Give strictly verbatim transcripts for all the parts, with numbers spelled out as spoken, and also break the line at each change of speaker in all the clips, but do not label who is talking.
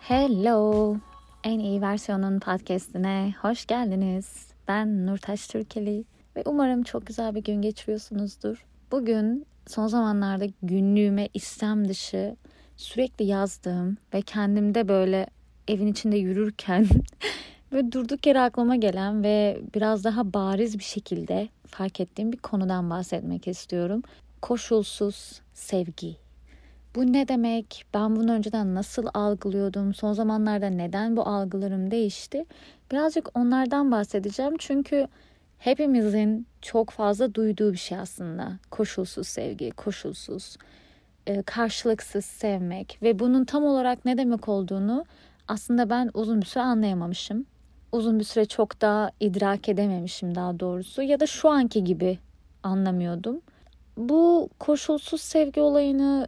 Hello, en iyi versiyonun podcastine hoş geldiniz. Ben Nurtaş Türkeli ve umarım çok güzel bir gün geçiriyorsunuzdur. Bugün son zamanlarda günlüğüme istem dışı sürekli yazdığım ve kendimde böyle evin içinde yürürken böyle durduk yere aklıma gelen ve biraz daha bariz bir şekilde fark ettiğim bir konudan bahsetmek istiyorum. Koşulsuz sevgi. Bu ne demek? Ben bunu önceden nasıl algılıyordum? Son zamanlarda neden bu algılarım değişti? Birazcık onlardan bahsedeceğim. Çünkü hepimizin çok fazla duyduğu bir şey aslında. Koşulsuz sevgi, koşulsuz, karşılıksız sevmek ve bunun tam olarak ne demek olduğunu aslında ben uzun bir süre anlayamamışım. Uzun bir süre çok daha idrak edememişim daha doğrusu ya da şu anki gibi anlamıyordum. Bu koşulsuz sevgi olayını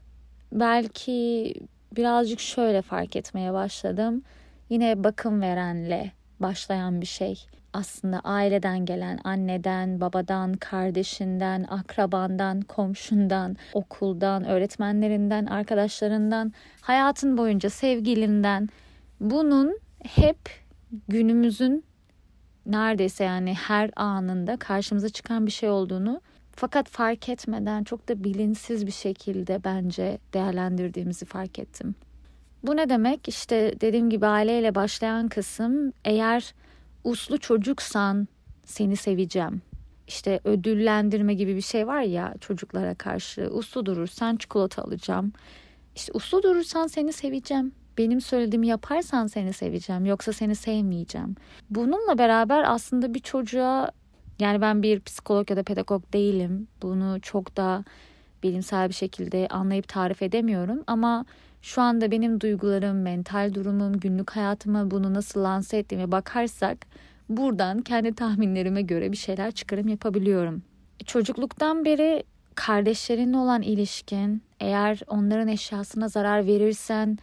belki birazcık şöyle fark etmeye başladım. Yine bakım verenle başlayan bir şey. Aslında aileden gelen, anneden, babadan, kardeşinden, akrabandan, komşundan, okuldan, öğretmenlerinden, arkadaşlarından, hayatın boyunca sevgilinden. Bunun hep günümüzün neredeyse yani her anında karşımıza çıkan bir şey olduğunu, fakat fark etmeden çok da bilinçsiz bir şekilde bence değerlendirdiğimizi fark ettim. Bu ne demek? İşte dediğim gibi aileyle başlayan kısım, eğer uslu çocuksan seni seveceğim. İşte ödüllendirme gibi bir şey var ya çocuklara karşı. Uslu durursan çikolata alacağım. İşte uslu durursan seni seveceğim. Benim söylediğimi yaparsan seni seveceğim. Yoksa seni sevmeyeceğim. Bununla beraber aslında bir çocuğa, yani ben bir psikolog ya da pedagog değilim. Bunu çok da bilimsel bir şekilde anlayıp tarif edemiyorum. Ama şu anda benim duygularım, mental durumum, günlük hayatıma bunu nasıl lanse ettiğime bakarsak buradan kendi tahminlerime göre bir şeyler çıkarım yapabiliyorum. Çocukluktan beri kardeşlerinle olan ilişkin, eğer onların eşyasına zarar verirsen,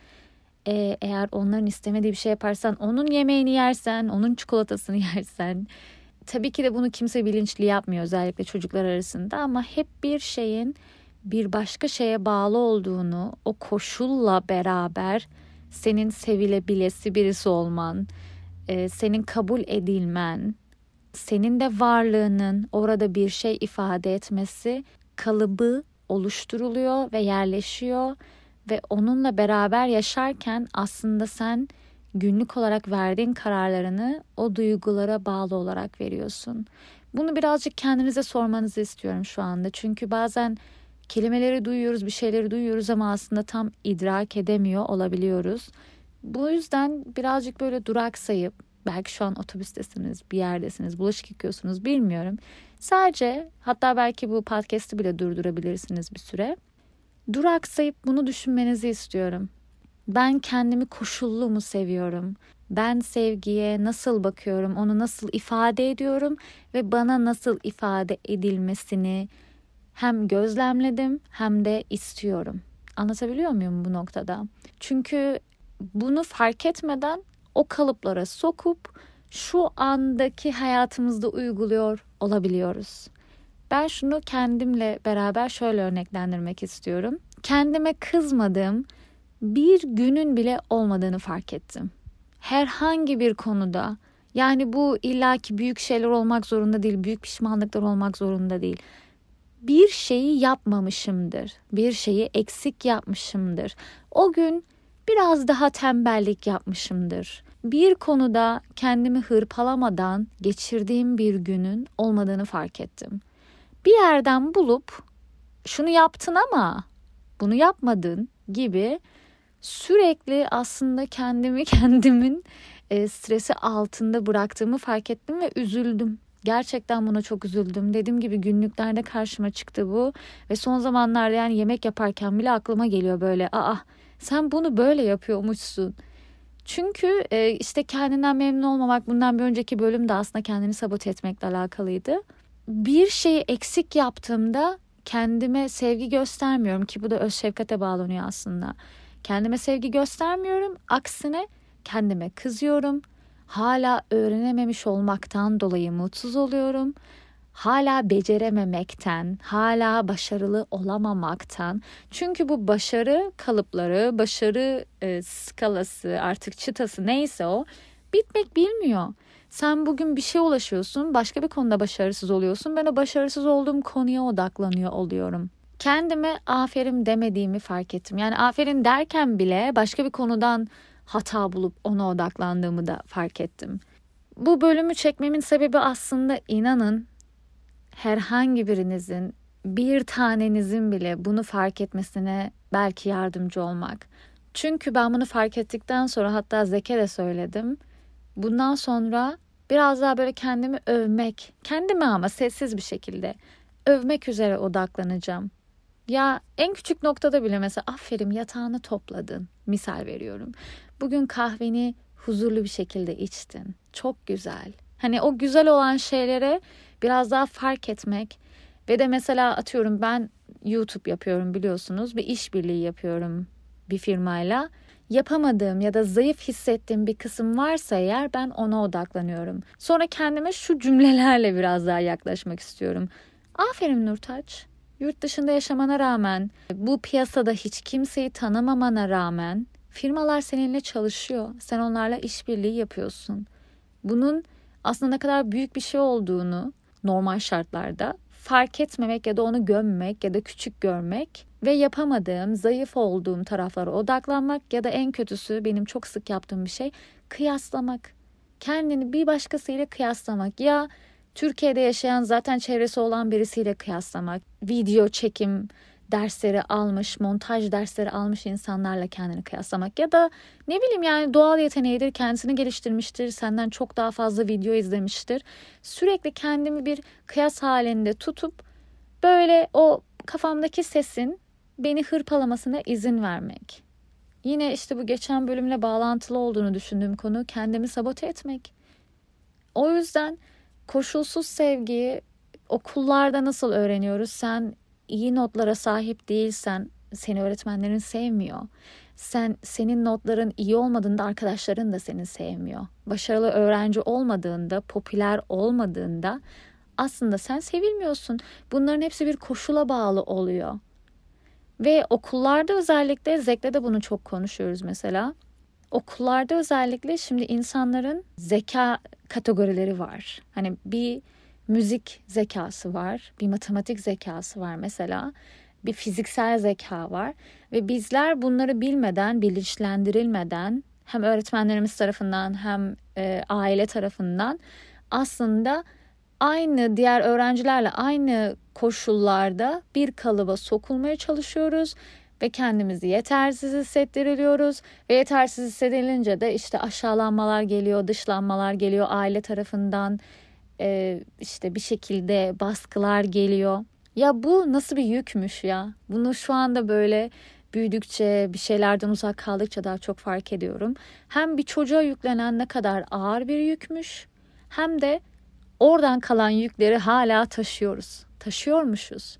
eğer onların istemediği bir şey yaparsan, onun yemeğini yersen, onun çikolatasını yersen, tabii ki de bunu kimse bilinçli yapmıyor özellikle çocuklar arasında, ama hep bir şeyin bir başka şeye bağlı olduğunu, o koşulla beraber senin sevilebilesi birisi olman, senin kabul edilmen, senin de varlığının orada bir şey ifade etmesi kalıbı oluşturuluyor ve yerleşiyor ve onunla beraber yaşarken aslında sen günlük olarak verdiğin kararlarını o duygulara bağlı olarak veriyorsun. Bunu birazcık kendinize sormanızı istiyorum şu anda. Çünkü bazen kelimeleri duyuyoruz, bir şeyleri duyuyoruz ama aslında tam idrak edemiyor olabiliyoruz. Bu yüzden birazcık böyle duraksayıp, belki şu an otobüstesiniz, bir yerdesiniz, bulaşık yıkıyorsunuz, bilmiyorum. Sadece, hatta belki bu podcast'ı bile durdurabilirsiniz bir süre. Duraksayıp bunu düşünmenizi istiyorum. Ben kendimi koşullu mu seviyorum? Ben sevgiye nasıl bakıyorum? Onu nasıl ifade ediyorum? Ve bana nasıl ifade edilmesini hem gözlemledim hem de istiyorum. Anlatabiliyor muyum bu noktada? Çünkü bunu fark etmeden o kalıplara sokup şu andaki hayatımızda uyguluyor olabiliyoruz. Ben şunu kendimle beraber şöyle örneklendirmek istiyorum. Kendime kızmadığım bir günün bile olmadığını fark ettim. Herhangi bir konuda, yani bu illaki büyük şeyler olmak zorunda değil, büyük pişmanlıklar olmak zorunda değil. Bir şeyi yapmamışımdır, bir şeyi eksik yapmışımdır. O gün biraz daha tembellik yapmışımdır. Bir konuda kendimi hırpalamadan geçirdiğim bir günün olmadığını fark ettim. Bir yerden bulup şunu yaptın ama bunu yapmadın gibi sürekli aslında kendimi kendimin e, stresi altında bıraktığımı fark ettim ve üzüldüm. Gerçekten buna çok üzüldüm. Dediğim gibi günlüklerde karşıma çıktı bu ve son zamanlarda yani yemek yaparken bile aklıma geliyor böyle. Aa, sen bunu böyle yapıyormuşsun. Çünkü e, işte kendinden memnun olmamak, bundan bir önceki bölümde aslında kendini sabote etmekle alakalıydı. Bir şeyi eksik yaptığımda kendime sevgi göstermiyorum ki bu da öz şefkate bağlanıyor aslında. Kendime sevgi göstermiyorum. Aksine kendime kızıyorum. Hala öğrenememiş olmaktan dolayı mutsuz oluyorum. hala becerememekten, hala başarılı olamamaktan. Çünkü bu başarı kalıpları, başarı e, skalası, artık çıtası neyse o bitmek bilmiyor. Sen bugün bir şeye ulaşıyorsun, başka bir konuda başarısız oluyorsun. Ben o başarısız olduğum konuya odaklanıyor oluyorum. Kendime aferin demediğimi fark ettim. Yani aferin derken bile başka bir konudan hata bulup ona odaklandığımı da fark ettim. Bu bölümü çekmemin sebebi aslında inanın herhangi birinizin, bir tanenizin bile bunu fark etmesine belki yardımcı olmak. Çünkü ben bunu fark ettikten sonra, hatta Zek'e de söyledim. Bundan sonra biraz daha böyle kendimi övmek, kendimi ama sessiz bir şekilde övmek üzere odaklanacağım. Ya en küçük noktada bile mesela aferin yatağını topladın, misal veriyorum. Bugün kahveni huzurlu bir şekilde içtin. Çok güzel. Hani o güzel olan şeylere biraz daha fark etmek ve de mesela atıyorum ben YouTube yapıyorum biliyorsunuz. Bir işbirliği yapıyorum bir firmayla. Yapamadığım ya da zayıf hissettiğim bir kısım varsa eğer ben ona odaklanıyorum. Sonra kendime şu cümlelerle biraz daha yaklaşmak istiyorum. Aferin Nurtaç. Yurt dışında yaşamana rağmen, bu piyasada hiç kimseyi tanımamana rağmen firmalar seninle çalışıyor. Sen onlarla işbirliği yapıyorsun. Bunun aslında ne kadar büyük bir şey olduğunu normal şartlarda fark etmemek ya da onu gömmek ya da küçük görmek ve yapamadığım, zayıf olduğum taraflara odaklanmak ya da en kötüsü benim çok sık yaptığım bir şey kıyaslamak. Kendini bir başkasıyla kıyaslamak ya Türkiye'de yaşayan zaten çevresi olan birisiyle kıyaslamak, video çekim dersleri almış, montaj dersleri almış insanlarla kendini kıyaslamak ya da ne bileyim yani doğal yeteneğidir, kendisini geliştirmiştir, senden çok daha fazla video izlemiştir. Sürekli kendimi bir kıyas halinde tutup böyle o kafamdaki sesin beni hırpalamasına izin vermek. Yine işte bu geçen bölümle bağlantılı olduğunu düşündüğüm konu kendimi sabote etmek. O yüzden koşulsuz sevgiyi okullarda nasıl öğreniyoruz? Sen iyi notlara sahip değilsen seni öğretmenlerin sevmiyor. Sen senin notların iyi olmadığında arkadaşların da seni sevmiyor. Başarılı öğrenci olmadığında, popüler olmadığında aslında sen sevilmiyorsun. Bunların hepsi bir koşula bağlı oluyor. Ve okullarda özellikle Zek'le de bunu çok konuşuyoruz mesela. Okullarda özellikle şimdi insanların zeka kategorileri var. Hani bir müzik zekası var, bir matematik zekası var mesela, bir fiziksel zeka var ve bizler bunları bilmeden, bilinçlendirilmeden hem öğretmenlerimiz tarafından hem e, aile tarafından aslında aynı diğer öğrencilerle aynı koşullarda bir kalıba sokulmaya çalışıyoruz ve kendimizi yetersiz hissettiriliyoruz ve yetersiz hissedilince de işte aşağılanmalar geliyor, dışlanmalar geliyor aile tarafından, e, işte bir şekilde baskılar geliyor. Ya bu nasıl bir yükmüş ya? Bunu şu anda böyle büyüdükçe, bir şeylerden uzak kaldıkça daha çok fark ediyorum. Hem bir çocuğa yüklenen ne kadar ağır bir yükmüş, hem de oradan kalan yükleri hala taşıyoruz. Taşıyormuşuz.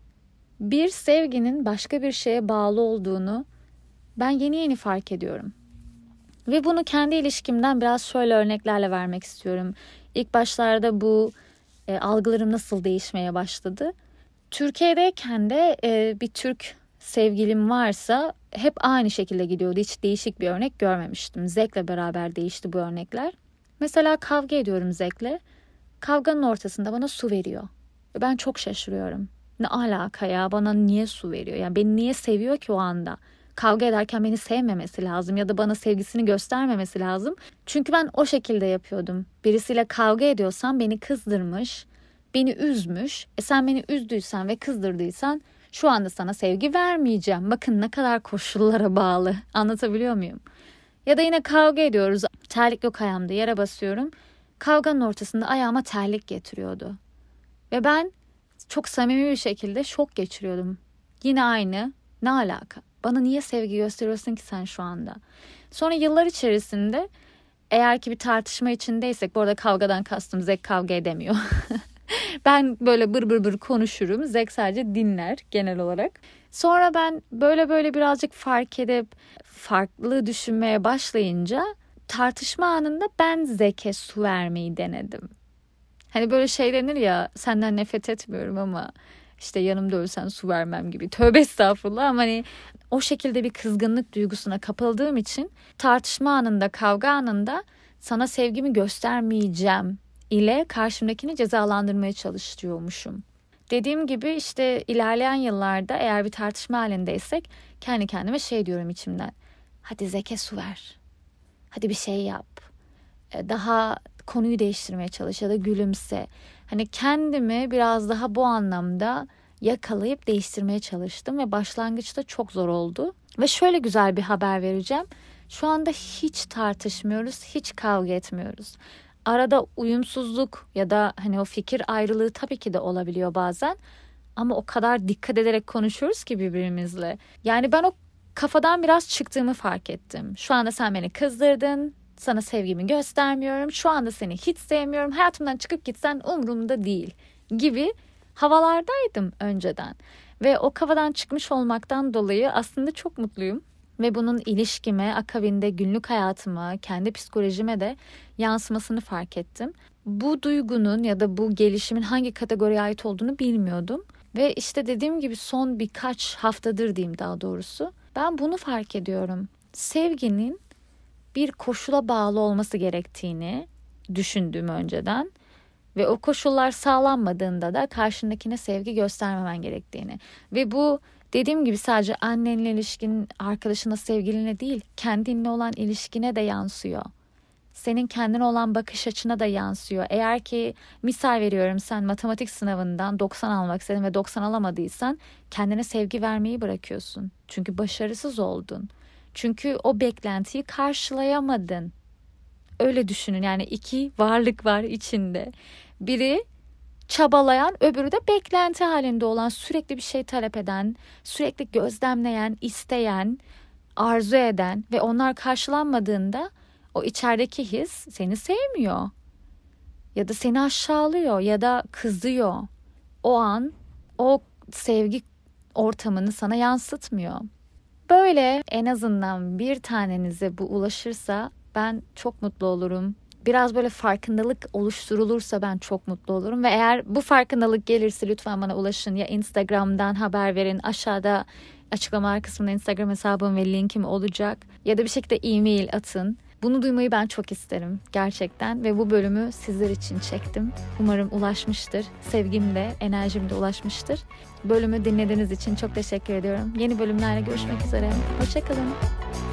Bir sevginin başka bir şeye bağlı olduğunu ben yeni yeni fark ediyorum. Ve bunu kendi ilişkimden biraz şöyle örneklerle vermek istiyorum. İlk başlarda bu e, algılarım nasıl değişmeye başladı? Türkiye'deyken de e, bir Türk sevgilim varsa hep aynı şekilde gidiyordu. Hiç değişik bir örnek görmemiştim. Zek'le beraber değişti bu örnekler. Mesela kavga ediyorum Zek'le. Kavganın ortasında bana su veriyor. Ben çok şaşırıyorum. Ne alaka ya, bana niye su veriyor? Yani beni niye seviyor ki o anda? Kavga ederken beni sevmemesi lazım ya da bana sevgisini göstermemesi lazım. Çünkü ben o şekilde yapıyordum. Birisiyle kavga ediyorsam beni kızdırmış, beni üzmüş. E sen beni üzdüysen ve kızdırdıysan şu anda sana sevgi vermeyeceğim. Bakın ne kadar koşullara bağlı. Anlatabiliyor muyum? Ya da yine kavga ediyoruz. Terlik yok ayağımda, yere basıyorum. Kavganın ortasında ayağıma terlik getiriyordu. Ve ben çok samimi bir şekilde şok geçiriyordum. Yine aynı. Ne alaka? Bana niye sevgi gösteriyorsun ki sen şu anda? Sonra yıllar içerisinde eğer ki bir tartışma içindeysek, bu arada kavgadan kastım Zek kavga edemiyor. Ben böyle bır bır bır konuşurum. Zek sadece dinler genel olarak. Sonra ben böyle böyle birazcık fark edip farklı düşünmeye başlayınca tartışma anında ben Zek'e su vermeyi denedim. Hani böyle şey denir ya, senden nefret etmiyorum ama işte yanımda ölsen su vermem gibi. Tövbe estağfurullah, ama hani o şekilde bir kızgınlık duygusuna kapıldığım için tartışma anında, kavga anında sana sevgimi göstermeyeceğim ile karşımdakini cezalandırmaya çalışıyormuşum. Dediğim gibi işte ilerleyen yıllarda eğer bir tartışma halindeysek kendi kendime şey diyorum içimden. Hadi Zeke su ver. Hadi bir şey yap. Daha konuyu değiştirmeye çalış ya da gülümse. Hani kendimi biraz daha bu anlamda yakalayıp değiştirmeye çalıştım ve başlangıçta çok zor oldu. Ve şöyle güzel bir haber vereceğim. Şu anda hiç tartışmıyoruz, hiç kavga etmiyoruz. Arada uyumsuzluk ya da hani o fikir ayrılığı tabii ki de olabiliyor bazen. Ama o kadar dikkat ederek konuşuyoruz ki birbirimizle. Yani ben o kafadan biraz çıktığımı fark ettim. Şu anda sen beni kızdırdın. Sana sevgimi göstermiyorum. Şu anda seni hiç sevmiyorum. Hayatımdan çıkıp gitsen umurumda değil gibi havalardaydım önceden. Ve o kafadan çıkmış olmaktan dolayı aslında çok mutluyum. Ve bunun ilişkime, akabinde günlük hayatıma, kendi psikolojime de yansımasını fark ettim. Bu duygunun ya da bu gelişimin hangi kategoriye ait olduğunu bilmiyordum. Ve işte dediğim gibi son birkaç haftadır diyeyim daha doğrusu. Ben bunu fark ediyorum. Sevginin bir koşula bağlı olması gerektiğini düşündüm önceden. Ve o koşullar sağlanmadığında da karşındakine sevgi göstermemen gerektiğini. Ve bu dediğim gibi sadece annenle ilişkin, arkadaşına, sevgiline değil, kendinle olan ilişkine de yansıyor. Senin kendine olan bakış açına da yansıyor. Eğer ki misal veriyorum, sen matematik sınavından doksan almak istedin ve doksan alamadıysan kendine sevgi vermeyi bırakıyorsun. Çünkü başarısız oldun. Çünkü o beklentiyi karşılayamadın. Öyle düşünün, yani iki varlık var içinde. Biri çabalayan, öbürü de beklenti halinde olan, sürekli bir şey talep eden, sürekli gözlemleyen, isteyen, arzu eden ve onlar karşılanmadığında o içerideki his seni sevmiyor. Ya da seni aşağılıyor ya da kızıyor. O an o sevgi ortamını sana yansıtmıyor. Böyle en azından bir tanenize bu ulaşırsa ben çok mutlu olurum. Biraz böyle farkındalık oluşturulursa ben çok mutlu olurum. Ve eğer bu farkındalık gelirse lütfen bana ulaşın. Ya Instagram'dan haber verin. Aşağıda açıklamalar kısmında Instagram hesabım ve linkim olacak. Ya da bir şekilde e-mail atın. Bunu duymayı ben çok isterim gerçekten. Ve bu bölümü sizler için çektim. Umarım ulaşmıştır. Sevgim de, enerjim de ulaşmıştır. Bölümü dinlediğiniz için çok teşekkür ediyorum. Yeni bölümlerle görüşmek üzere. Hoşça kalın.